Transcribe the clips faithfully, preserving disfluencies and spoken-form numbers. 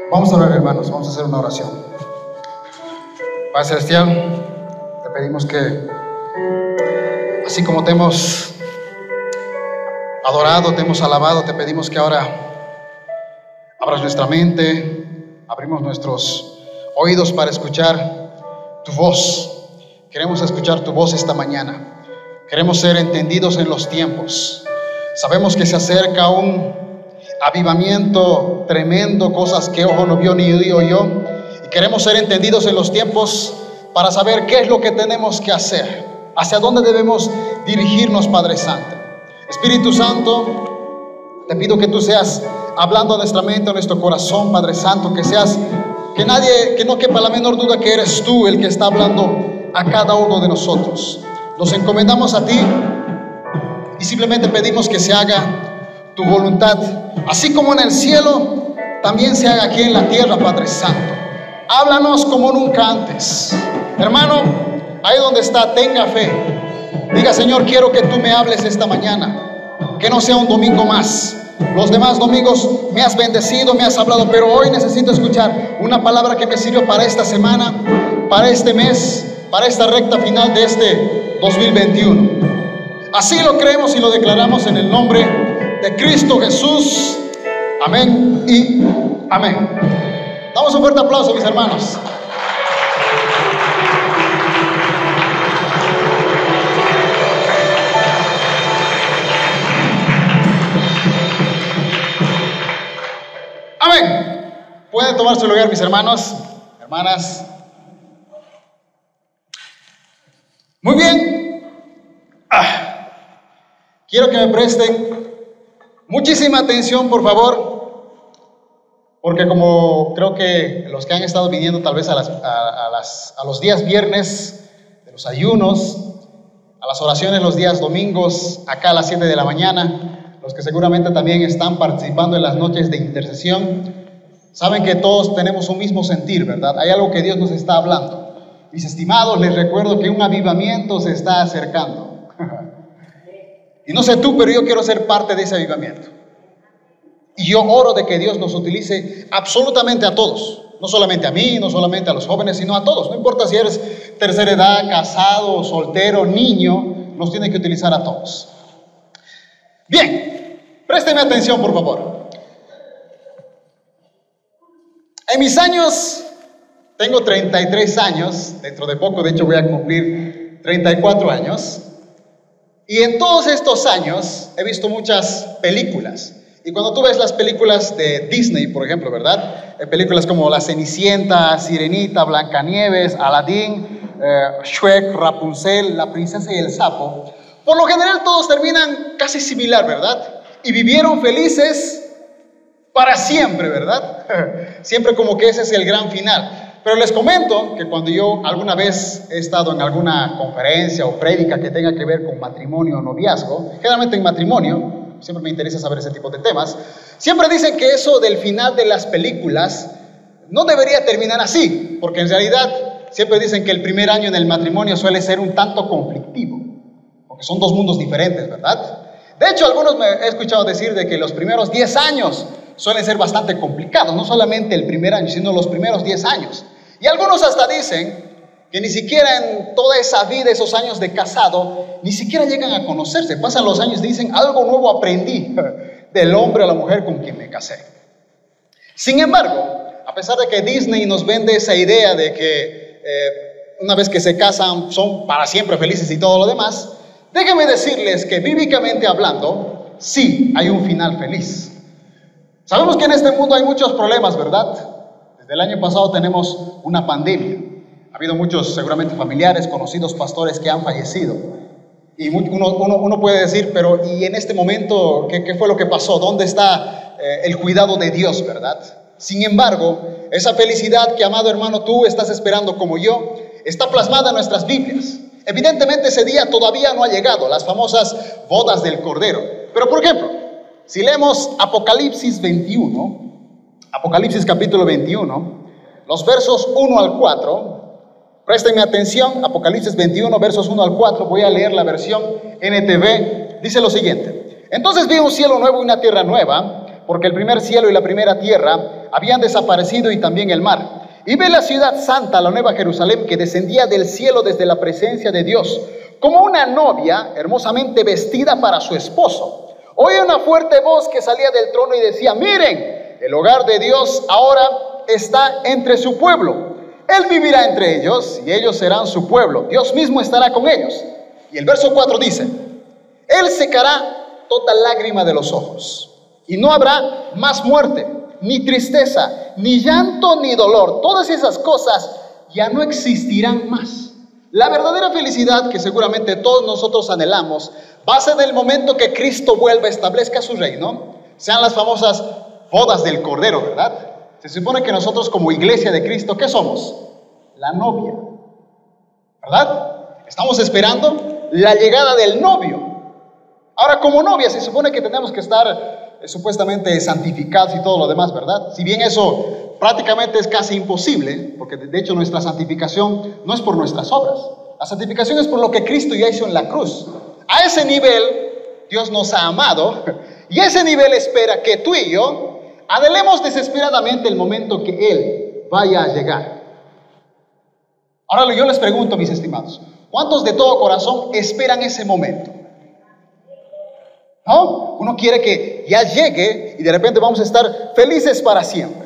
Vamos a orar, hermanos, vamos a hacer una oración. Padre Celestial, te pedimos que, así como te hemos adorado, te hemos alabado, te pedimos que ahora abras nuestra mente, abrimos nuestros oídos para escuchar tu voz. Queremos escuchar tu voz esta mañana. Queremos ser entendidos en los tiempos. Sabemos que se acerca un avivamiento tremendo, cosas que ojo no vio ni oído yo, y queremos ser entendidos en los tiempos para saber qué es lo que tenemos que hacer, hacia dónde debemos dirigirnos, Padre Santo. Espíritu Santo, te pido que tú seas hablando a nuestra mente, a nuestro corazón, Padre Santo, que seas, que nadie, que no quepa la menor duda que eres tú el que está hablando a cada uno de nosotros. Nos encomendamos a ti y simplemente pedimos que se haga tu voluntad, así como en el cielo, también se haga aquí en la tierra, Padre Santo. Háblanos como nunca antes. Hermano, ahí donde está, tenga fe. Diga: Señor, quiero que tú me hables esta mañana, que no sea un domingo más. Los demás domingos me has bendecido, me has hablado, pero hoy necesito escuchar una palabra que me sirva para esta semana, para este mes, para esta recta final de este dos mil veintiuno. Así lo creemos y lo declaramos en el nombre de Cristo Jesús. Amén y amén. Damos un fuerte aplauso, mis hermanos. Amén. Pueden tomar su lugar, mis hermanos, hermanas. Muy bien. Ah. Quiero que me presten muchísima atención, por favor, porque como creo que los que han estado viniendo tal vez a, las, a, a, las, a los días viernes de los ayunos, a las oraciones los días domingos, acá a las siete de la mañana, los que seguramente también están participando en las noches de intercesión, saben que todos tenemos un mismo sentir, ¿verdad? Hay algo que Dios nos está hablando. Mis estimados, les recuerdo que un avivamiento se está acercando. Y no sé tú, pero yo quiero ser parte de ese avivamiento. Y yo oro de que Dios nos utilice absolutamente a todos. No solamente a mí, no solamente a los jóvenes, sino a todos. No importa si eres tercera edad, casado, soltero, niño, nos tiene que utilizar a todos. Bien, présteme atención, por favor. En mis años, tengo treinta y tres años, dentro de poco, de hecho voy a cumplir treinta y cuatro años. Y en todos estos años he visto muchas películas. Y cuando tú ves las películas de Disney, por ejemplo, ¿verdad? Eh, películas como La Cenicienta, Sirenita, Blancanieves, Aladín, eh, Shrek, Rapunzel, La Princesa y el Sapo, por lo general todos terminan casi similar, ¿verdad? Y vivieron felices para siempre, ¿verdad? Siempre como que ese es el gran final. Pero les comento que cuando yo alguna vez he estado en alguna conferencia o prédica que tenga que ver con matrimonio o noviazgo, generalmente en matrimonio, siempre me interesa saber ese tipo de temas, siempre dicen que eso del final de las películas no debería terminar así, porque en realidad siempre dicen que el primer año en el matrimonio suele ser un tanto conflictivo, porque son dos mundos diferentes, ¿verdad? De hecho, algunos me he escuchado decir de que los primeros diez años suelen ser bastante complicados, no solamente el primer año, sino los primeros diez años. Y algunos hasta dicen que ni siquiera en toda esa vida, esos años de casado, ni siquiera llegan a conocerse. Pasan los años y dicen: algo nuevo aprendí del hombre a la mujer con quien me casé. Sin embargo, a pesar de que Disney nos vende esa idea de que eh, una vez que se casan son para siempre felices y todo lo demás, déjenme decirles que bíblicamente hablando, sí hay un final feliz. Sabemos que en este mundo hay muchos problemas, ¿verdad? Desde el año pasado tenemos una pandemia. Ha habido muchos, seguramente familiares, conocidos, pastores que han fallecido. Y uno, uno, uno puede decir, pero ¿y en este momento qué, qué fue lo que pasó? ¿Dónde está eh, el cuidado de Dios, verdad? Sin embargo, esa felicidad que, amado hermano, tú estás esperando como yo, está plasmada en nuestras Biblias. Evidentemente ese día todavía no ha llegado, las famosas bodas del Cordero. Pero por ejemplo, si leemos Apocalipsis veintiuno, Apocalipsis capítulo veintiuno, los versos uno al cuatro, préstenme atención, Apocalipsis veintiuno, versos uno al cuatro, voy a leer la versión N T V, dice lo siguiente: entonces vi un cielo nuevo y una tierra nueva, porque el primer cielo y la primera tierra habían desaparecido y también el mar. Y ve la ciudad santa, la nueva Jerusalén, que descendía del cielo desde la presencia de Dios, como una novia hermosamente vestida para su esposo. Oí una fuerte voz que salía del trono y decía: miren, el hogar de Dios ahora está entre su pueblo. Él vivirá entre ellos y ellos serán su pueblo. Dios mismo estará con ellos. Y el verso cuatro dice: Él secará toda lágrima de los ojos, y no habrá más muerte, ni tristeza, ni llanto, ni dolor. Todas esas cosas ya no existirán más. La verdadera felicidad que seguramente todos nosotros anhelamos va a ser del momento que Cristo vuelva, establezca su reino, sean las famosas bodas del Cordero, ¿verdad? Se supone que nosotros como iglesia de Cristo, ¿qué somos? La novia, ¿verdad? Estamos esperando la llegada del novio. Ahora, como novia, se supone que tenemos que estar eh, supuestamente santificados y todo lo demás, ¿verdad? Si bien eso prácticamente es casi imposible, porque de hecho nuestra santificación no es por nuestras obras. La santificación es por lo que Cristo ya hizo en la cruz. A ese nivel Dios nos ha amado, y a ese nivel espera que tú y yo anhelemos desesperadamente el momento que Él vaya a llegar. Ahora yo les pregunto, mis estimados, ¿cuántos de todo corazón esperan ese momento? ¿No? Uno quiere que ya llegue y de repente vamos a estar felices para siempre.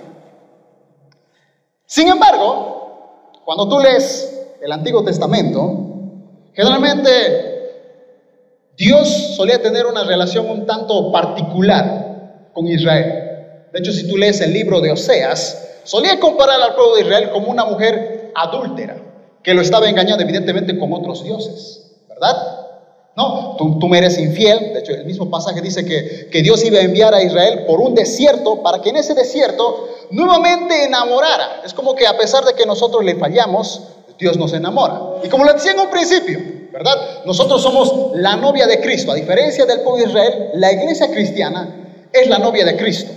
Sin embargo, cuando tú lees el Antiguo Testamento, generalmente Dios solía tener una relación un tanto particular con Israel. De hecho, si tú lees el libro de Oseas, solía comparar al pueblo de Israel como una mujer adúltera, que lo estaba engañando evidentemente con otros dioses, ¿verdad? No, tú, tú me eres infiel. De hecho, el mismo pasaje dice que, que Dios iba a enviar a Israel por un desierto para que en ese desierto nuevamente enamorara. Es como que a pesar de que nosotros le fallamos, Dios nos enamora. Y como le decía en un principio, ¿verdad? Nosotros somos la novia de Cristo. A diferencia del pueblo de Israel, la iglesia cristiana es la novia de Cristo.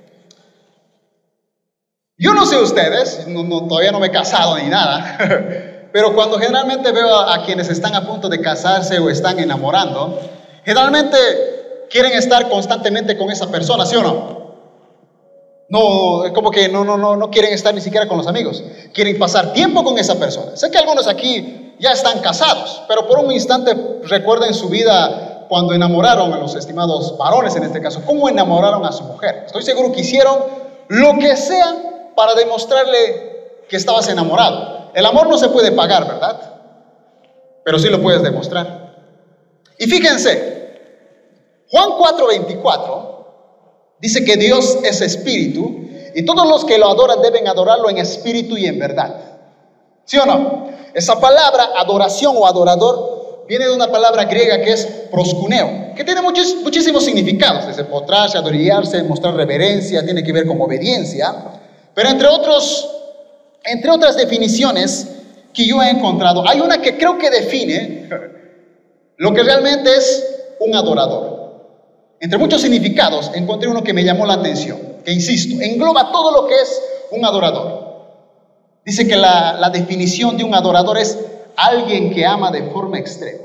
Yo no sé ustedes, no, no, todavía no me he casado ni nada, pero cuando generalmente veo a, a quienes están a punto de casarse o están enamorando, generalmente quieren estar constantemente con esa persona, ¿sí o no? No, como que no, no, no, no quieren estar ni siquiera con los amigos, quieren pasar tiempo con esa persona. Sé que algunos aquí ya están casados, pero por un instante recuerden su vida cuando enamoraron a los estimados varones en este caso, cómo enamoraron a su mujer. Estoy seguro que hicieron lo que sea para demostrarle que estabas enamorado. El amor no se puede pagar, ¿verdad? Pero sí lo puedes demostrar. Y fíjense, Juan cuatro veinticuatro dice que Dios es espíritu y todos los que lo adoran deben adorarlo en espíritu y en verdad. ¿Sí o no? Esa palabra adoración o adorador viene de una palabra griega que es proskuneo, que tiene muchos, muchísimos significados, desde postrarse, adorillarse, mostrar reverencia, tiene que ver con obediencia, pero entre otros, entre otras definiciones que yo he encontrado, hay una que creo que define lo que realmente es un adorador. Entre muchos significados encontré uno que me llamó la atención, que insisto, engloba todo lo que es un adorador. Dice que la, la definición de un adorador es alguien que ama de forma extrema.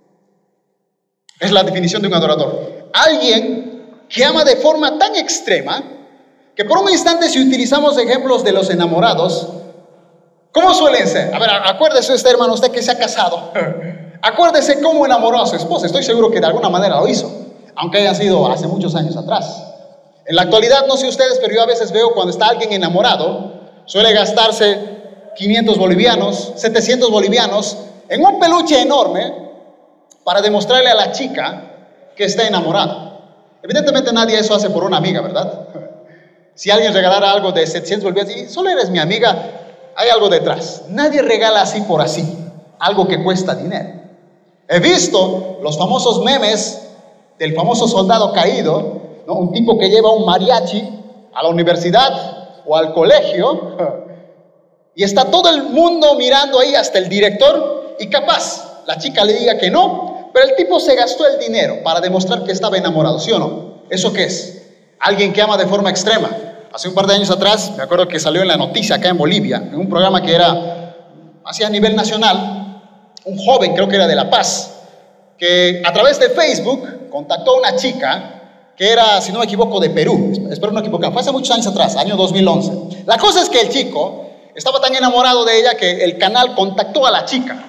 Es la definición de un adorador. Alguien que ama de forma tan extrema que por un instante, si utilizamos ejemplos de los enamorados, ¿cómo suelen ser? A ver, acuérdese usted, hermano, usted que se ha casado. Acuérdese cómo enamoró a su esposa. Estoy seguro que de alguna manera lo hizo, aunque haya sido hace muchos años atrás. En la actualidad, no sé ustedes, pero yo a veces veo cuando está alguien enamorado, suele gastarse quinientos bolivianos, setecientos bolivianos en un peluche enorme para demostrarle a la chica que está enamorada. Evidentemente nadie eso hace por una amiga, ¿verdad? Si alguien regalara algo de setecientos bolivianos y solo eres mi amiga, hay algo detrás. Nadie regala así por así, algo que cuesta dinero. He visto los famosos memes del famoso soldado caído, ¿no? Un tipo que lleva un mariachi a la universidad o al colegio y está todo el mundo mirando ahí, hasta el director, y capaz la chica le diga que no, pero el tipo se gastó el dinero para demostrar que estaba enamorado, ¿sí o no? ¿Eso qué es? Alguien que ama de forma extrema. Hace un par de años atrás, me acuerdo que salió en la noticia acá en Bolivia, en un programa que era hacia a nivel nacional, un joven, creo que era de La Paz, que a través de Facebook contactó a una chica que era, si no me equivoco, de Perú. Espero no equivocar, fue hace muchos años atrás, año dos mil once. La cosa es que el chico estaba tan enamorado de ella que el canal contactó a la chica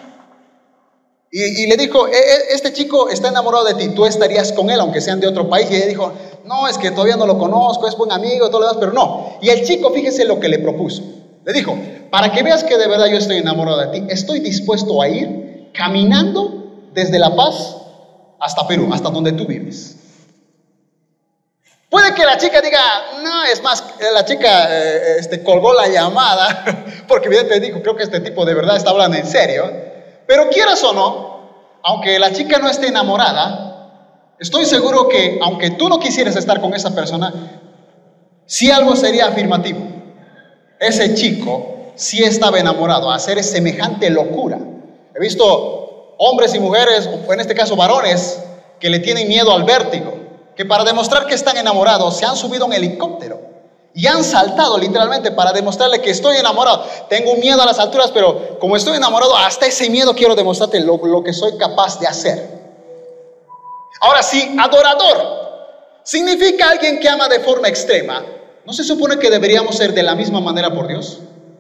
y, y le dijo, este chico está enamorado de ti, tú estarías con él aunque sean de otro país. Y ella dijo, no, es que todavía no lo conozco, es buen amigo, todo lo demás, pero no. Y el chico, fíjese lo que le propuso. Le dijo, para que veas que de verdad yo estoy enamorado de ti, estoy dispuesto a ir caminando desde La Paz hasta Perú, hasta donde tú vives. Puede que la chica diga, no, es más, la chica eh, este, colgó la llamada, porque evidentemente dijo, creo que este tipo de verdad está hablando en serio. Pero quieras o no, aunque la chica no esté enamorada, estoy seguro que aunque tú no quisieras estar con esa persona, sí algo sería afirmativo. Ese chico sí estaba enamorado, a hacer semejante locura. He visto hombres y mujeres, o en este caso varones, que le tienen miedo al vértigo, que para demostrar que están enamorados se han subido a un helicóptero y han saltado literalmente para demostrarle que estoy enamorado. Tengo miedo a las alturas, pero como estoy enamorado, hasta ese miedo quiero demostrarte lo, lo que soy capaz de hacer. Ahora sí, adorador significa alguien que ama de forma extrema. ¿No se supone que deberíamos ser de la misma manera por Dios?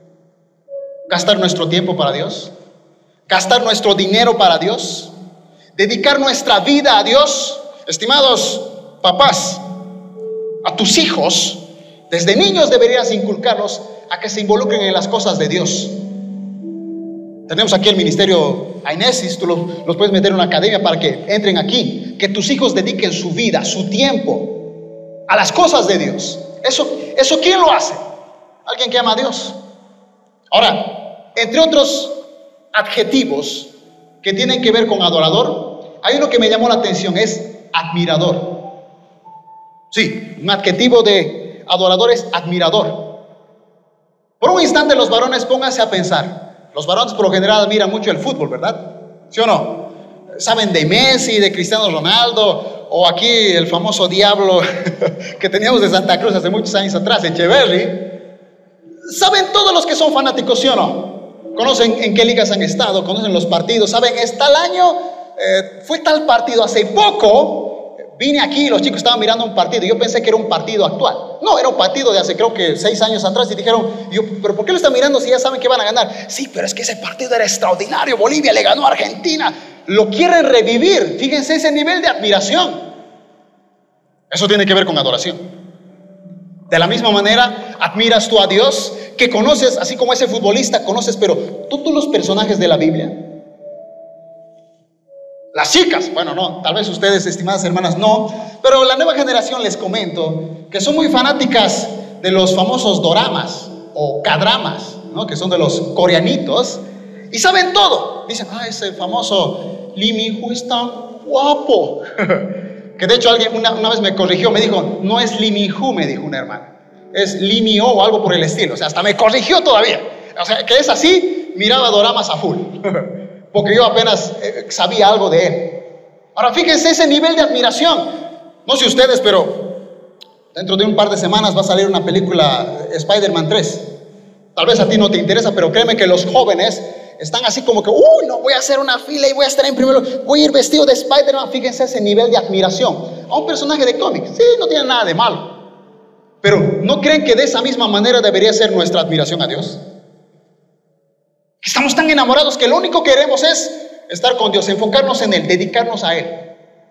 Gastar nuestro tiempo para Dios, gastar nuestro dinero para Dios, dedicar nuestra vida a Dios. Estimados papás, a tus hijos, desde niños deberías inculcarlos a que se involucren en las cosas de Dios. Tenemos aquí el ministerio Ainesis, tú los, los puedes meter en una academia para que entren aquí. Que tus hijos dediquen su vida, su tiempo a las cosas de Dios. Eso, eso ¿quién lo hace? Alguien que ama a Dios. Ahora, entre otros adjetivos que tienen que ver con adorador, hay uno que me llamó la atención, es admirador. Sí, un adjetivo de adorador es admirador. Por un instante los varones, pónganse a pensar. Los varones por lo general admiran mucho el fútbol, ¿verdad? ¿Sí o no? Saben de Messi, de Cristiano Ronaldo, o aquí el famoso diablo que teníamos de Santa Cruz hace muchos años atrás, Echeverry. Saben todos los que son fanáticos, ¿sí o no? Conocen en qué ligas han estado, conocen los partidos, saben, es tal año, eh, fue tal partido hace poco. Vine aquí y los chicos estaban mirando un partido y yo pensé que era un partido actual. No, era un partido de hace creo que seis años atrás. Y dijeron, yo, ¿pero por qué lo están mirando si ya saben que van a ganar? Sí, pero es que ese partido era extraordinario. Bolivia le ganó a Argentina. Lo quieren revivir. Fíjense ese nivel de admiración. Eso tiene que ver con adoración. De la misma manera, admiras tú a Dios, que conoces, así como ese futbolista conoces, pero todos los personajes de la Biblia. Las chicas, bueno, no, tal vez ustedes, estimadas hermanas, no, pero la nueva generación les comento que son muy fanáticas de los famosos doramas o cadramas, ¿no? Que son de los coreanitos y saben todo. Dicen, ah, ese famoso Lee Min-ho es tan guapo. Que de hecho alguien una, una vez me corrigió, me dijo, no es Lee Min-ho, me dijo una hermana, es Lee Mi-ho o algo por el estilo. O sea, hasta me corrigió todavía. O sea, que es así, miraba doramas a full. Porque yo apenas eh, sabía algo de él. Ahora fíjense ese nivel de admiración. No sé ustedes, pero dentro de un par de semanas va a salir una película, Spider-Man tres. Tal vez a ti no te interesa, pero créeme que los jóvenes están así como que, uy, no, voy a hacer una fila y voy a estar en primero, voy a ir vestido de Spider-Man. Fíjense ese nivel de admiración a un personaje de cómics. Sí, no tiene nada de malo. Pero ¿no creen que de esa misma manera debería ser nuestra admiración a Dios? Estamos tan enamorados que lo único que queremos es estar con Dios, enfocarnos en Él, dedicarnos a Él.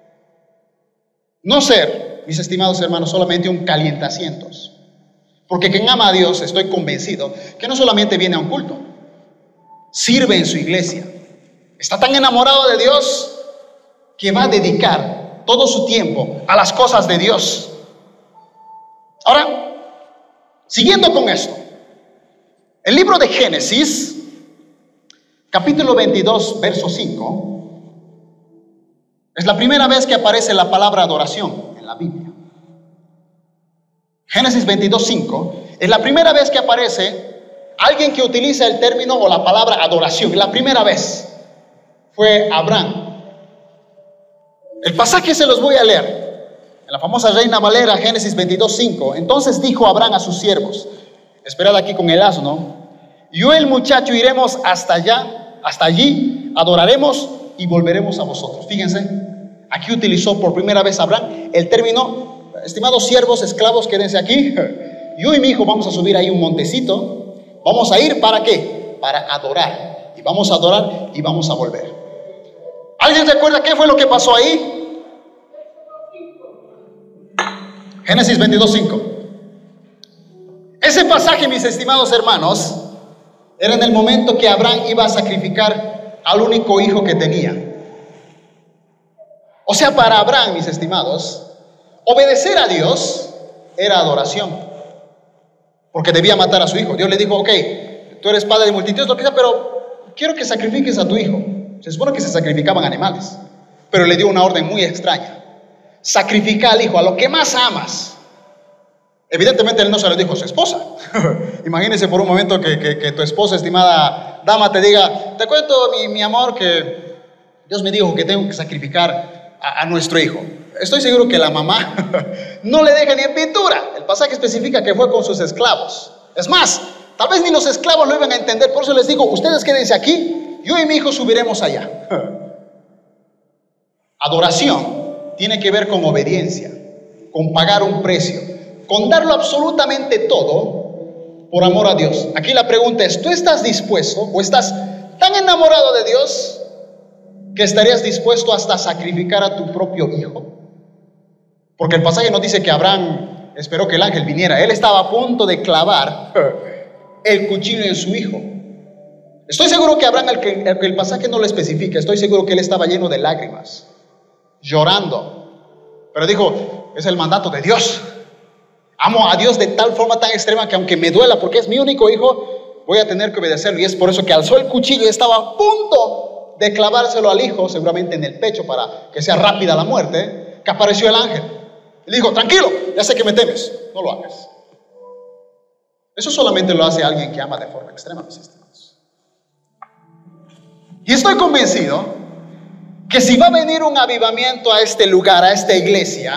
No ser, mis estimados hermanos, solamente un calientacientos. Porque quien ama a Dios, estoy convencido, que no solamente viene a un culto, sirve en su iglesia. Está tan enamorado de Dios que va a dedicar todo su tiempo a las cosas de Dios. Ahora, siguiendo con esto, el libro de Génesis, capítulo veintidós, verso cinco, es la primera vez que aparece la palabra adoración en la Biblia. Génesis veintidós, cinco, es la primera vez que aparece alguien que utiliza el término o la palabra adoración. La primera vez fue Abraham. El pasaje se los voy a leer. En la famosa Reina Valera, Génesis veintidós, cinco. Entonces dijo Abraham a sus siervos, esperad aquí con el asno, yo y el muchacho iremos hasta allá, hasta allí, adoraremos y volveremos a vosotros. Fíjense, aquí utilizó por primera vez Abraham el término estimados siervos, esclavos, quédense aquí. Yo y mi hijo vamos a subir ahí un montecito. Vamos a ir, ¿para qué? Para adorar. Y vamos a adorar y vamos a volver. ¿Alguien recuerda qué fue lo que pasó ahí? Génesis veintidós, cinco. Ese pasaje, mis estimados hermanos, era en el momento que Abraham iba a sacrificar al único hijo que tenía. O sea, para Abraham, mis estimados, obedecer a Dios era adoración, porque debía matar a su hijo. Dios le dijo, ok, tú eres padre de multitudes, lo que sea, pero quiero que sacrifiques a tu hijo. Se supone que se sacrificaban animales, pero le dio una orden muy extraña. Sacrifica al hijo, a lo que más amas. Evidentemente él no se lo dijo a su esposa. Imagínese por un momento que, que, que tu esposa, estimada dama, te diga, te cuento mi, mi amor, que Dios me dijo que tengo que sacrificar a, a nuestro hijo. Estoy seguro que la mamá no le deja ni en pintura. El pasaje especifica que fue con sus esclavos. Es más, tal vez ni los esclavos lo iban a entender. Por eso les digo, ustedes quédense aquí, yo y mi hijo subiremos allá. Adoración tiene que ver con obediencia, con pagar un precio, con darlo absolutamente todo por amor a Dios. Aquí la pregunta es, ¿tú estás dispuesto o estás tan enamorado de Dios que estarías dispuesto hasta sacrificar a tu propio hijo? Porque el pasaje nos dice que Abraham esperó que el ángel viniera. Él estaba a punto de clavar el cuchillo en su hijo. Estoy seguro que Abraham, el que el, el pasaje no lo especifica, estoy seguro que él estaba lleno de lágrimas, llorando. Pero dijo, es el mandato de Dios. Amo a Dios de tal forma tan extrema que aunque me duela porque es mi único hijo, voy a tener que obedecerlo. Y es por eso que alzó el cuchillo y estaba a punto de clavárselo al hijo, seguramente en el pecho para que sea rápida la muerte, que apareció el ángel. Y le dijo, tranquilo, ya sé que me temes, no lo hagas. Eso solamente lo hace alguien que ama de forma extrema, mis estimados. Y estoy convencido que si va a venir un avivamiento a este lugar, a esta iglesia,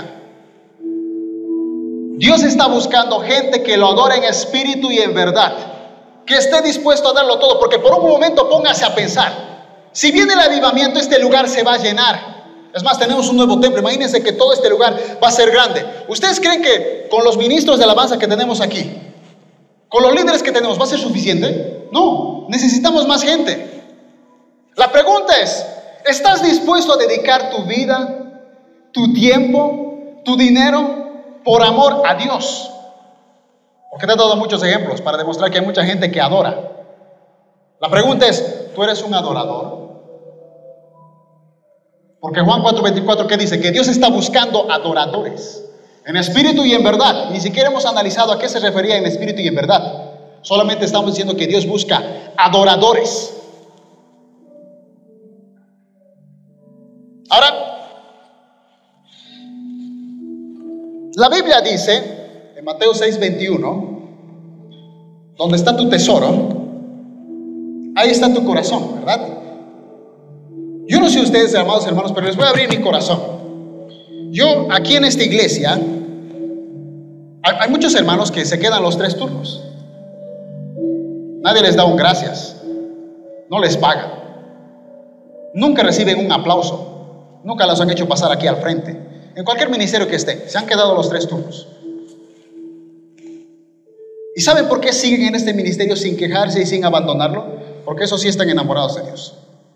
Dios está buscando gente que lo adore en espíritu y en verdad, que esté dispuesto a darlo todo, porque por un momento póngase a pensar, si viene el avivamiento, este lugar se va a llenar. Es más, tenemos un nuevo templo, imagínense que todo este lugar va a ser grande. ¿Ustedes creen que con los ministros de alabanza que tenemos aquí, con los líderes que tenemos, va a ser suficiente? No, necesitamos más gente. La pregunta es, ¿estás dispuesto a dedicar tu vida, tu tiempo, tu dinero por amor a Dios? Porque te he dado muchos ejemplos para demostrar que hay mucha gente que adora. La pregunta es, ¿tú eres un adorador? Porque Juan cuatro veinticuatro, ¿qué dice? Que Dios está buscando adoradores, en espíritu y en verdad. Ni siquiera hemos analizado a qué se refería en espíritu y en verdad. Solamente estamos diciendo que Dios busca adoradores. Ahora, la Biblia dice, en Mateo seis veintiuno, donde está tu tesoro, ahí está tu corazón, ¿verdad? Yo no sé ustedes, amados hermanos, pero les voy a abrir mi corazón. Yo, aquí en esta iglesia, hay, hay muchos hermanos que se quedan los tres turnos. Nadie les da un gracias, no les pagan, nunca reciben un aplauso, nunca los han hecho pasar aquí al frente. En cualquier ministerio que esté, se han quedado los tres turnos. ¿Y saben por qué siguen en este ministerio sin quejarse y sin abandonarlo? Porque esos sí están enamorados de Dios.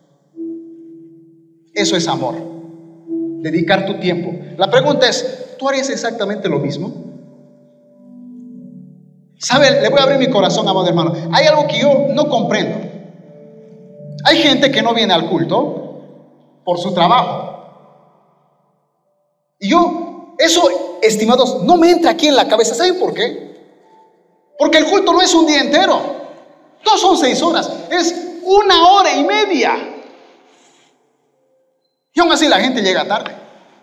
Eso es amor, dedicar tu tiempo. La pregunta es, ¿tú harías exactamente lo mismo? ¿Sabe? Le voy a abrir mi corazón, amado hermano. Hay algo que yo no comprendo. Hay gente que no viene al culto por su trabajo. Y yo, eso, estimados, no me entra aquí en la cabeza. ¿Saben por qué? Porque el culto no es un día entero. No son seis horas, es una hora y media. Y aún así la gente llega tarde.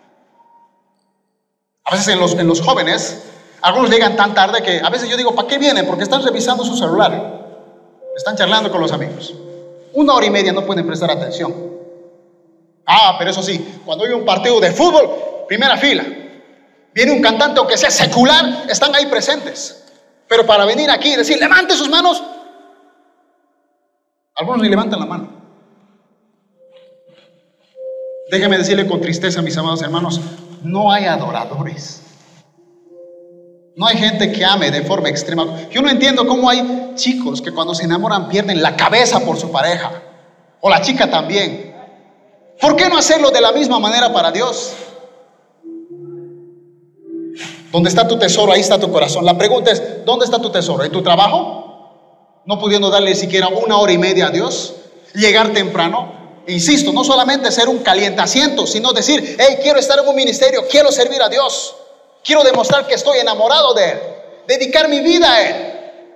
A veces en los, en los jóvenes, algunos llegan tan tarde que a veces yo digo, ¿para qué vienen? Porque están revisando su celular, están charlando con los amigos. Una hora y media no pueden prestar atención. Ah, pero eso sí, cuando hay un partido de fútbol, primera fila, viene un cantante, aunque sea secular, están ahí presentes. Pero para venir aquí y decir, levante sus manos, algunos ni levantan la mano. Déjeme decirle con tristeza, mis amados hermanos, no hay adoradores. No hay gente que ame de forma extrema. Yo no entiendo cómo hay chicos que cuando se enamoran pierden la cabeza por su pareja, o la chica también. ¿Por qué no hacerlo de la misma manera para Dios? ¿Dónde está tu tesoro? Ahí está tu corazón. La pregunta es, ¿dónde está tu tesoro? ¿En tu trabajo? ¿No pudiendo darle siquiera una hora y media a Dios? ¿Llegar temprano? Insisto, no solamente ser un calientacientos, sino decir, hey, quiero estar en un ministerio, quiero servir a Dios, quiero demostrar que estoy enamorado de Él, dedicar mi vida a Él.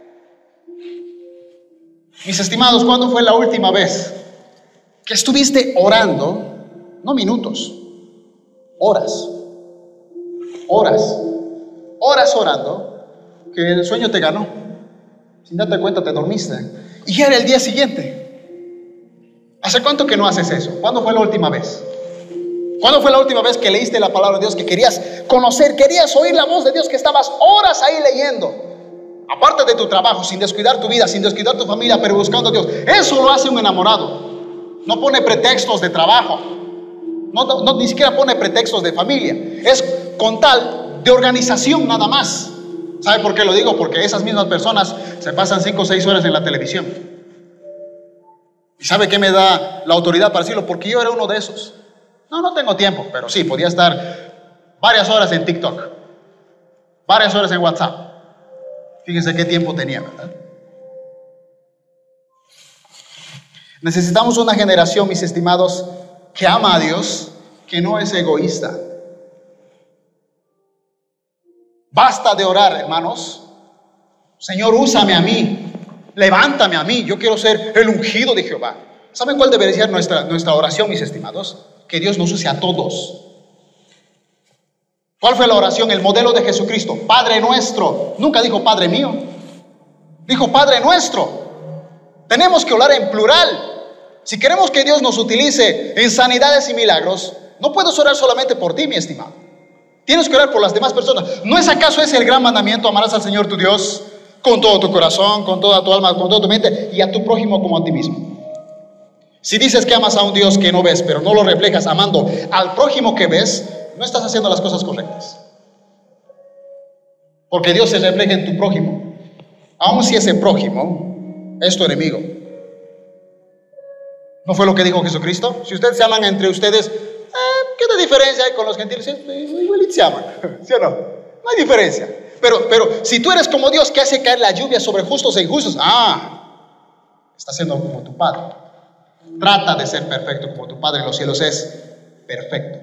Mis estimados, ¿cuándo fue la última vez que estuviste orando? No minutos, horas, horas, horas orando, que el sueño te ganó, sin darte cuenta te dormiste, y ya era el día siguiente. ¿Hace cuánto que no haces eso? ¿Cuándo fue la última vez? ¿Cuándo fue la última vez que leíste la palabra de Dios, que querías conocer, querías oír la voz de Dios, que estabas horas ahí leyendo? Aparte de tu trabajo, sin descuidar tu vida, sin descuidar tu familia, pero buscando a Dios. Eso lo hace un enamorado. No pone pretextos de trabajo. No, no, no, ni siquiera pone pretextos de familia. Es con tal de organización nada más. ¿Sabe por qué lo digo? Porque esas mismas personas se pasan cinco o seis horas en la televisión. ¿Y sabe qué me da la autoridad para decirlo? Porque yo era uno de esos. No, no tengo tiempo, pero sí, podía estar varias horas en TikTok, varias horas en WhatsApp. Fíjense qué tiempo tenía, ¿verdad? Necesitamos una generación, mis estimados, que ama a Dios, que no es egoísta. Basta de orar, hermanos. Señor, úsame a mí. Levántame a mí, yo quiero ser el ungido de Jehová. ¿Saben cuál debería ser nuestra, nuestra oración, mis estimados? Que Dios nos use a todos. ¿Cuál fue la oración? El modelo de Jesucristo. Padre nuestro. Nunca dijo Padre mío. Dijo Padre nuestro. Tenemos que orar en plural. Si queremos que Dios nos utilice en sanidades y milagros, no puedes orar solamente por ti, mi estimado. Tienes que orar por las demás personas. ¿No es acaso ese el gran mandamiento? Amarás al Señor tu Dios con todo tu corazón, con toda tu alma, con toda tu mente, y a tu prójimo como a ti mismo. Si dices que amas a un Dios que no ves, pero no lo reflejas amando al prójimo que ves, no estás haciendo las cosas correctas. Porque Dios se refleja en tu prójimo, aun si ese prójimo es tu enemigo. ¿No fue lo que dijo Jesucristo? Si ustedes se aman entre ustedes, eh, ¿qué diferencia hay con los gentiles? Igual se aman, ¿sí o no? No hay diferencia. Pero, pero si tú eres como Dios, que hace caer la lluvia sobre justos e injustos, ah, estás siendo como tu Padre. Trata de ser perfecto como tu Padre en los cielos es perfecto.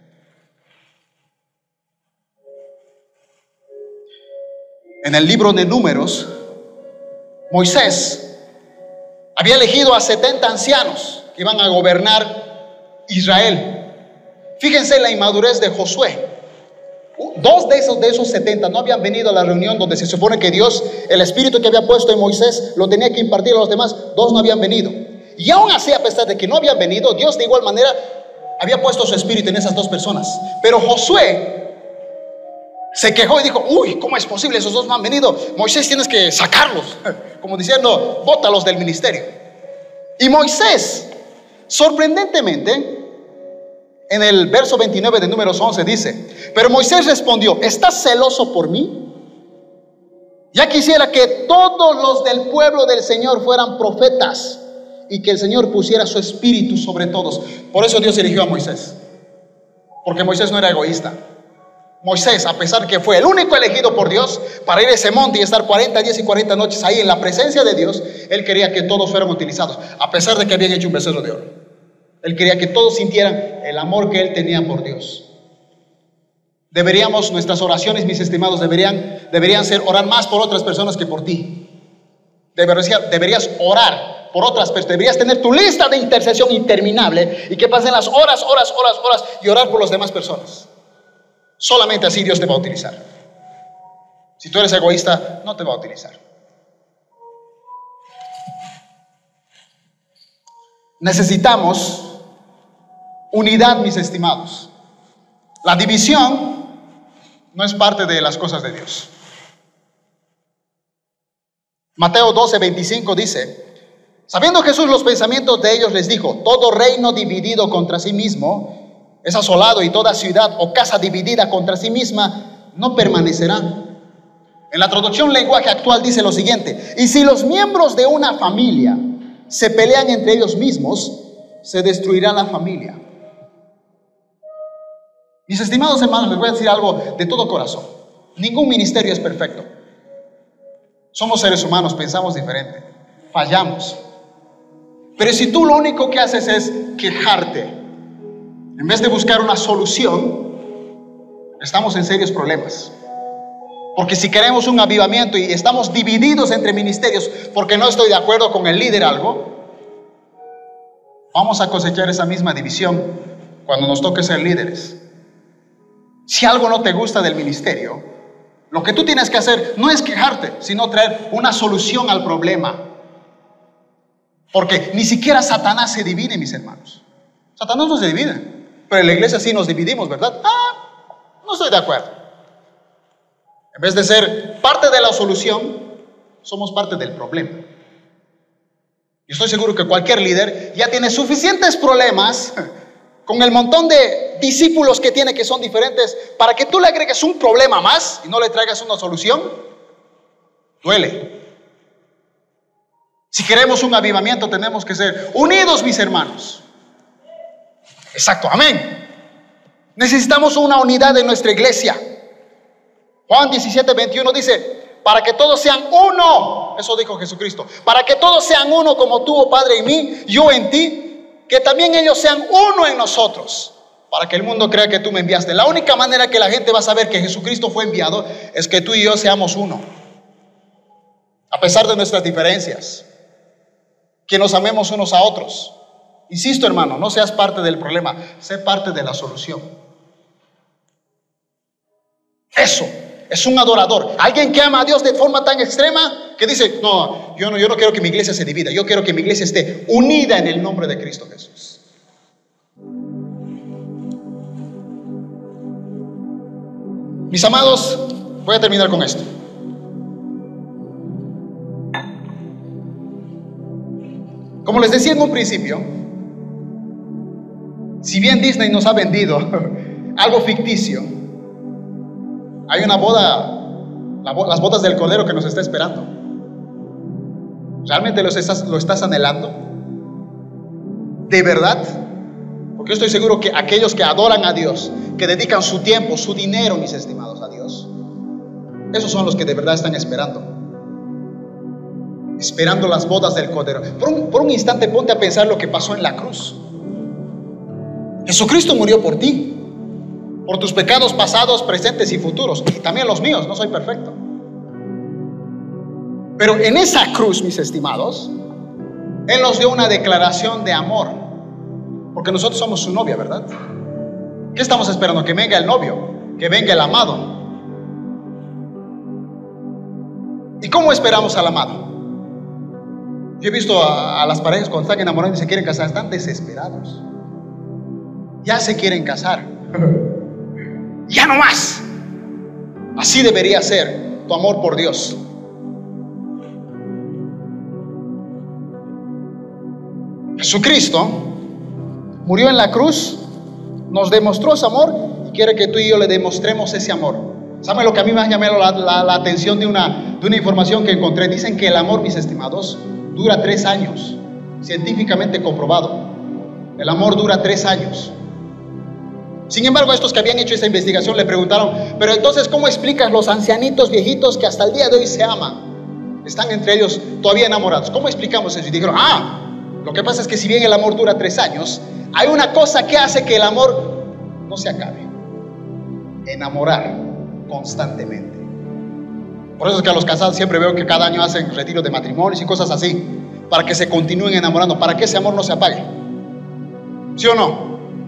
En el libro de Números, Moisés había elegido a setenta ancianos que iban a gobernar Israel. Fíjense la inmadurez de Josué. Dos de esos, de esos setenta no habían venido a la reunión donde se supone que Dios, el espíritu que había puesto en Moisés, lo tenía que impartir a los demás. Dos no habían venido. Y aún así, a pesar de que no habían venido, Dios de igual manera había puesto su espíritu en esas dos personas. Pero Josué se quejó y dijo, uy, ¿cómo es posible? Esos dos no han venido. Moisés, tienes que sacarlos. Como diciendo, bótalos del ministerio. Y Moisés, sorprendentemente, en el verso veintinueve de Números once dice, pero Moisés respondió, ¿estás celoso por mí? Ya quisiera que todos los del pueblo del Señor fueran profetas y que el Señor pusiera su espíritu sobre todos. Por eso Dios eligió a Moisés, porque Moisés no era egoísta. Moisés, a pesar que fue el único elegido por Dios para ir a ese monte y estar cuarenta días y cuarenta noches ahí en la presencia de Dios, él quería que todos fueran utilizados, a pesar de que habían hecho un becerro de oro. Él quería que todos sintieran el amor que él tenía por Dios. Deberíamos, nuestras oraciones, mis estimados, deberían, deberían ser orar más por otras personas que por ti. Deberías, deberías orar por otras personas. Deberías tener tu lista de intercesión interminable y que pasen las horas, horas, horas, horas y orar por las demás personas. Solamente así Dios te va a utilizar. Si tú eres egoísta, no te va a utilizar. Necesitamos unidad, mis estimados. La división no es parte de las cosas de Dios. Mateo doce, veinticinco dice, sabiendo Jesús los pensamientos de ellos, les dijo, todo reino dividido contra sí mismo es asolado, y toda ciudad o casa dividida contra sí misma no permanecerá. En la traducción lenguaje actual dice lo siguiente: y si los miembros de una familia se pelean entre ellos mismos, se destruirá la familia. Mis estimados hermanos, les voy a decir algo de todo corazón. Ningún ministerio es perfecto. Somos seres humanos, pensamos diferente, fallamos. Pero si tú lo único que haces es quejarte, en vez de buscar una solución, estamos en serios problemas. Porque si queremos un avivamiento y estamos divididos entre ministerios porque no estoy de acuerdo con el líder algo, vamos a cosechar esa misma división cuando nos toque ser líderes. Si algo no te gusta del ministerio, lo que tú tienes que hacer no es quejarte, sino traer una solución al problema. Porque ni siquiera Satanás se divide, mis hermanos. Satanás no se divide, pero en la iglesia sí nos dividimos, ¿verdad? Ah, no estoy de acuerdo. En vez de ser parte de la solución, somos parte del problema. Y estoy seguro que cualquier líder ya tiene suficientes problemas con el montón de discípulos que tiene que son diferentes para que tú le agregues un problema más y no le traigas una solución. Duele. Si queremos un avivamiento, tenemos que ser unidos, mis hermanos. Exacto, amén. Necesitamos una unidad en nuestra iglesia. Juan diecisiete, veintiuno dice: para que todos sean uno. Eso dijo Jesucristo. Para que todos sean uno, como tú, oh Padre, en mí, yo en ti, que también ellos sean uno en nosotros, para que el mundo crea que tú me enviaste. La única manera que la gente va a saber que Jesucristo fue enviado es que tú y yo seamos uno, a pesar de nuestras diferencias, que nos amemos unos a otros. Insisto, hermano, no seas parte del problema, sé parte de la solución. Eso es un adorador, alguien que ama a Dios de forma tan extrema que dice: no, yo no, yo no quiero que mi iglesia se divida, yo quiero que mi iglesia esté unida en el nombre de Cristo Jesús. Mis amados, voy a terminar con esto. Como les decía en un principio, si bien Disney nos ha vendido algo ficticio, hay una boda, la, las bodas del Cordero que nos está esperando. ¿Realmente lo estás, lo estás anhelando? ¿De verdad? Porque yo estoy seguro que aquellos que adoran a Dios, que dedican su tiempo, su dinero, mis estimados, a Dios, esos son los que de verdad están esperando. Esperando las bodas del Cordero. Por un, por un instante ponte a pensar lo que pasó en la cruz. Jesucristo murió por ti, por tus pecados pasados, presentes y futuros, y también los míos. No soy perfecto, pero en esa cruz, mis estimados, Él nos dio una declaración de amor, porque nosotros somos su novia, ¿verdad? ¿Qué estamos esperando? Que venga el novio, que venga el amado. ¿Y cómo esperamos al amado? Yo he visto a, a las parejas cuando están enamorados y se quieren casar, están desesperados. Ya se quieren casar. Ya no más. Así debería ser tu amor por Dios. Jesucristo murió en la cruz, nos demostró ese amor y quiere que tú y yo le demostremos ese amor. ¿Saben lo que a mí me ha llamado la, la, la atención de una, de una información que encontré? Dicen que el amor, mis estimados, dura tres años, científicamente comprobado. El amor dura tres años. Sin embargo, a estos que habían hecho esa investigación le preguntaron: pero entonces, ¿cómo explicas los ancianitos viejitos que hasta el día de hoy se aman? Están entre ellos todavía enamorados. ¿Cómo explicamos eso? Y dijeron: ah, lo que pasa es que si bien el amor dura tres años, hay una cosa que hace que el amor no se acabe: enamorar constantemente. Por eso es que a los casados siempre veo que cada año hacen retiros de matrimonios y cosas así, para que se continúen enamorando, para que ese amor no se apague. ¿Sí o no?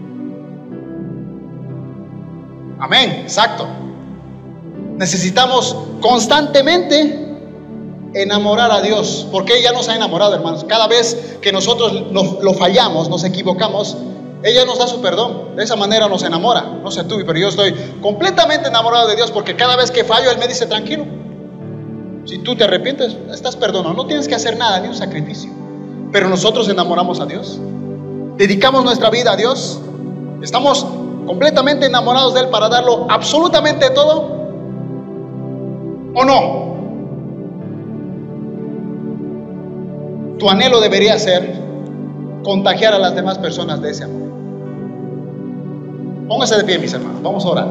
Amén, exacto. Necesitamos constantemente enamorar a Dios, porque ella nos ha enamorado, hermanos. Cada vez que nosotros lo, lo fallamos, nos equivocamos, ella nos da su perdón. De esa manera nos enamora. No sé tú, pero yo estoy completamente enamorado de Dios, porque cada vez que fallo Él me dice: tranquilo, si tú te arrepientes, estás perdonado, no tienes que hacer nada, ni un sacrificio. Pero nosotros enamoramos a Dios, dedicamos nuestra vida a Dios, estamos completamente enamorados de Él para darlo absolutamente todo. ¿O no? Tu anhelo debería ser contagiar a las demás personas de ese amor. Pónganse de pie, mis hermanos, vamos a orar.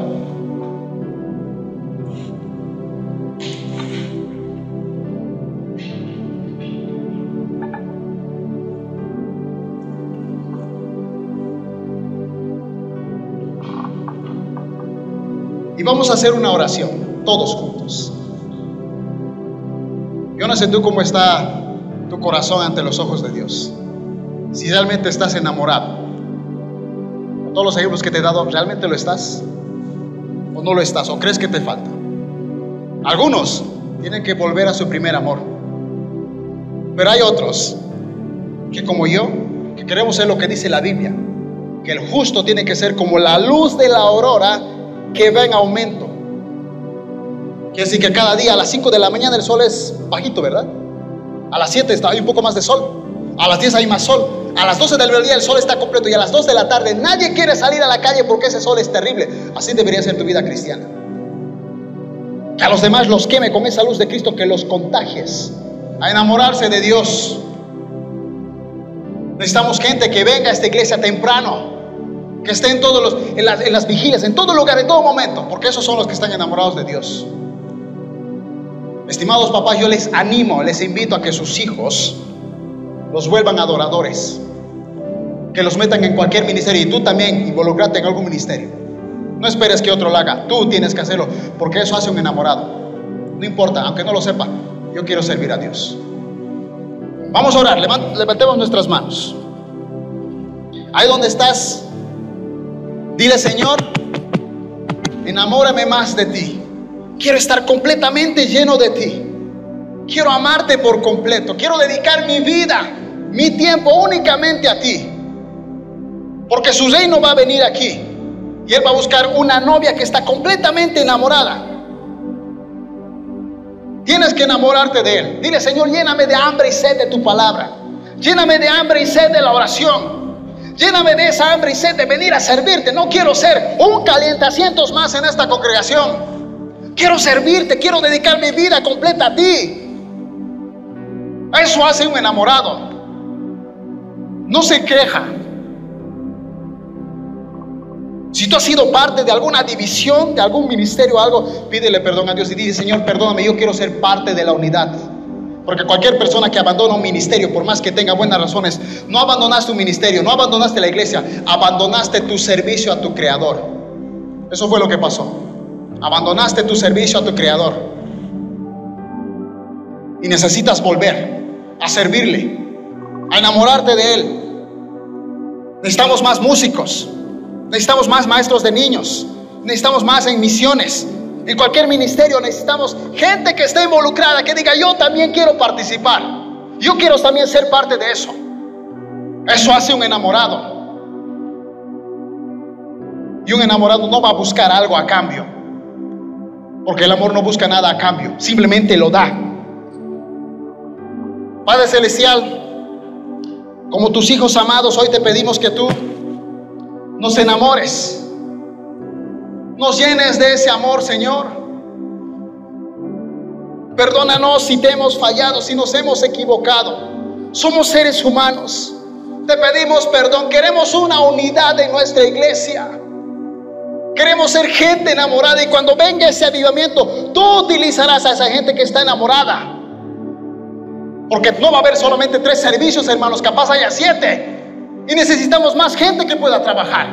Y vamos a hacer una oración, todos juntos. Yo no sé tú cómo está tu corazón ante los ojos de Dios. Si realmente estás enamorado. Con todos los ejemplos que te he dado, ¿realmente lo estás? ¿O no lo estás? ¿O crees que te falta? Algunos tienen que volver a su primer amor. Pero hay otros que, como yo, que queremos ser lo que dice la Biblia, que el justo tiene que ser como la luz de la aurora, que va en aumento. Quiere decir que cada día a las cinco de la mañana el sol es bajito, ¿verdad? A las siete está, hay un poco más de sol. A las diez hay más sol. A las doce del día el sol está completo. Y a las dos de la tarde nadie quiere salir a la calle porque ese sol es terrible. Así debería ser tu vida cristiana. Que a los demás los queme con esa luz de Cristo, que los contagies a enamorarse de Dios. Necesitamos gente que venga a esta iglesia temprano, que esté en todos los, en las, en las vigilias, en todo lugar, en todo momento, porque esos son los que están enamorados de Dios. Estimados papás, yo les animo, les invito a que sus hijos los vuelvan adoradores, que los metan en cualquier ministerio, y tú también involucrate en algún ministerio. No esperes que otro lo haga, tú tienes que hacerlo, porque eso hace un enamorado. No importa, aunque no lo sepa, yo quiero servir a Dios. Vamos a orar, levantemos nuestras manos. Ahí donde estás, dile: Señor, enamórame más de ti. Quiero estar completamente lleno de ti. Quiero amarte por completo. Quiero dedicar mi vida, mi tiempo únicamente a ti. Porque su reino va a venir aquí. Y Él va a buscar una novia que está completamente enamorada. Tienes que enamorarte de Él. Dile: Señor, lléname de hambre y sed de tu palabra. Lléname de hambre y sed de la oración. Lléname de esa hambre y sed de venir a servirte. No quiero ser un calientacientos más en esta congregación. Quiero servirte, quiero dedicar mi vida completa a ti. Eso hace un enamorado. No se queja. Si tú has sido parte de alguna división, de algún ministerio o algo, pídele perdón a Dios y dice: Señor, perdóname, yo quiero ser parte de la unidad. Porque cualquier persona que abandona un ministerio, por más que tenga buenas razones, no abandonaste un ministerio, no abandonaste la iglesia, abandonaste tu servicio a tu Creador. Eso fue lo que pasó. Abandonaste tu servicio a tu Creador. Y necesitas volver a servirle, a enamorarte de Él. Necesitamos más músicos. Necesitamos más maestros de niños. Necesitamos más en misiones. En cualquier ministerio necesitamos gente que esté involucrada, que diga: yo también quiero participar. Yo quiero también ser parte de eso. Eso hace un enamorado. Y un enamorado no va a buscar algo a cambio. Porque el amor no busca nada a cambio. Simplemente lo da. Padre Celestial, como tus hijos amados, hoy te pedimos que tú nos enamores, nos llenes de ese amor, Señor. Perdónanos si te hemos fallado, si nos hemos equivocado. Somos seres humanos. Te pedimos perdón. Queremos una unidad en nuestra iglesia. Queremos ser gente enamorada, y cuando venga ese avivamiento, tú utilizarás a esa gente que está enamorada. Porque no va a haber solamente tres servicios, hermanos, capaz haya siete. Y necesitamos más gente que pueda trabajar.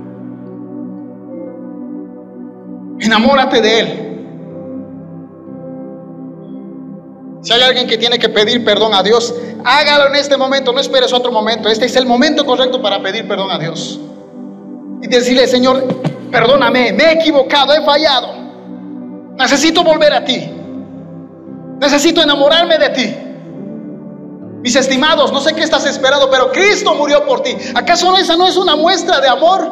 Enamórate de Él. Si hay alguien que tiene que pedir perdón a Dios, hágalo en este momento, no esperes otro momento. Este es el momento correcto para pedir perdón a Dios. Y decirle: Señor, perdóname, me he equivocado, he fallado. Necesito volver a ti. Necesito enamorarme de ti. Mis estimados, no sé qué estás esperando, pero Cristo murió por ti. ¿Acaso esa no es una muestra de amor?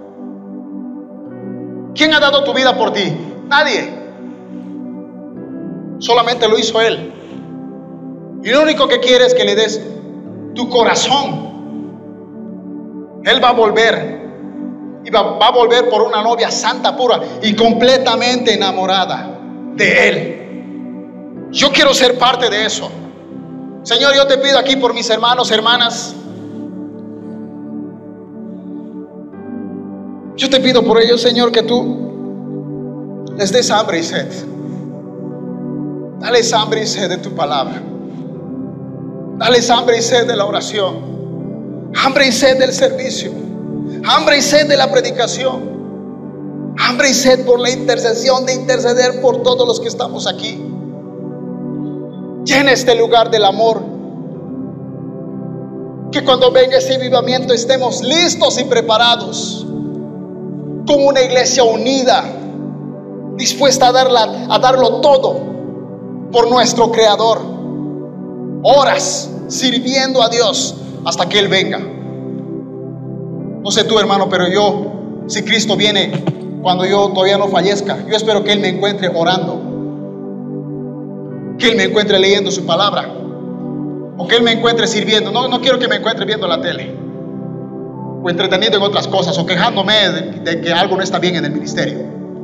¿Quién ha dado tu vida por ti? Nadie. Solamente lo hizo Él. Y lo único que quiere es que le des tu corazón. Él va a volver. Y va, va a volver por una novia santa, pura y completamente enamorada de Él. Yo quiero ser parte de eso. Señor, yo te pido aquí por mis hermanos, hermanas. Yo te pido por ellos, Señor, que tú les des hambre y sed. Dales hambre y sed de tu palabra. Dales hambre y sed de la oración. Hambre y sed del servicio. Hambre y sed de la predicación. Hambre y sed por la intercesión, de interceder por todos los que estamos aquí. Llena este lugar del amor. Que cuando venga ese avivamiento estemos listos y preparados, como una iglesia unida, dispuesta a, darla, a darlo todo por nuestro Creador. Horas sirviendo a Dios hasta que Él venga. No sé tú, hermano, pero yo, si Cristo viene cuando yo todavía no fallezca, yo espero que Él me encuentre orando, que Él me encuentre leyendo su palabra, o que Él me encuentre sirviendo. No, no quiero que me encuentre viendo la tele, o entretenido en otras cosas, o quejándome de, de que algo no está bien en el ministerio.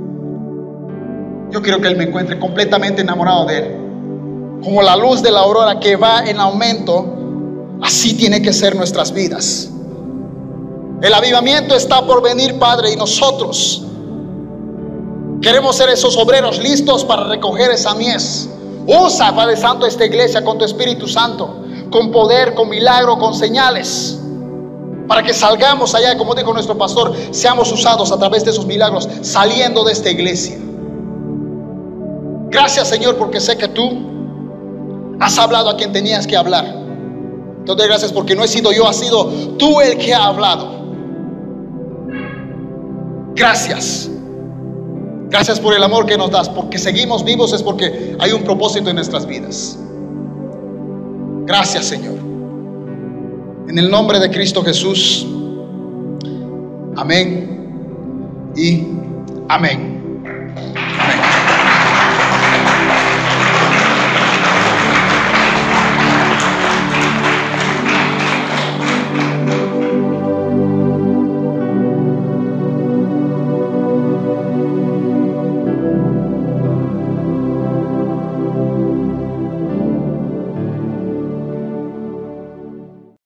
Yo quiero que Él me encuentre completamente enamorado de Él. Como la luz de la aurora que va en aumento, así tiene que ser nuestras vidas. El avivamiento está por venir, Padre, y nosotros queremos ser esos obreros listos para recoger esa mies. Usa, Padre Santo, esta iglesia con tu Espíritu Santo, con poder, con milagro, con señales, para que salgamos allá, como dijo nuestro pastor, seamos usados a través de esos milagros saliendo de esta iglesia. Gracias, Señor, porque sé que tú has hablado a quien tenías que hablar. Entonces, gracias porque no he sido yo, has sido tú el que ha hablado. Gracias. Gracias por el amor que nos das, porque seguimos vivos, es porque hay un propósito en nuestras vidas. Gracias, Señor. En el nombre de Cristo Jesús. Amén y amén.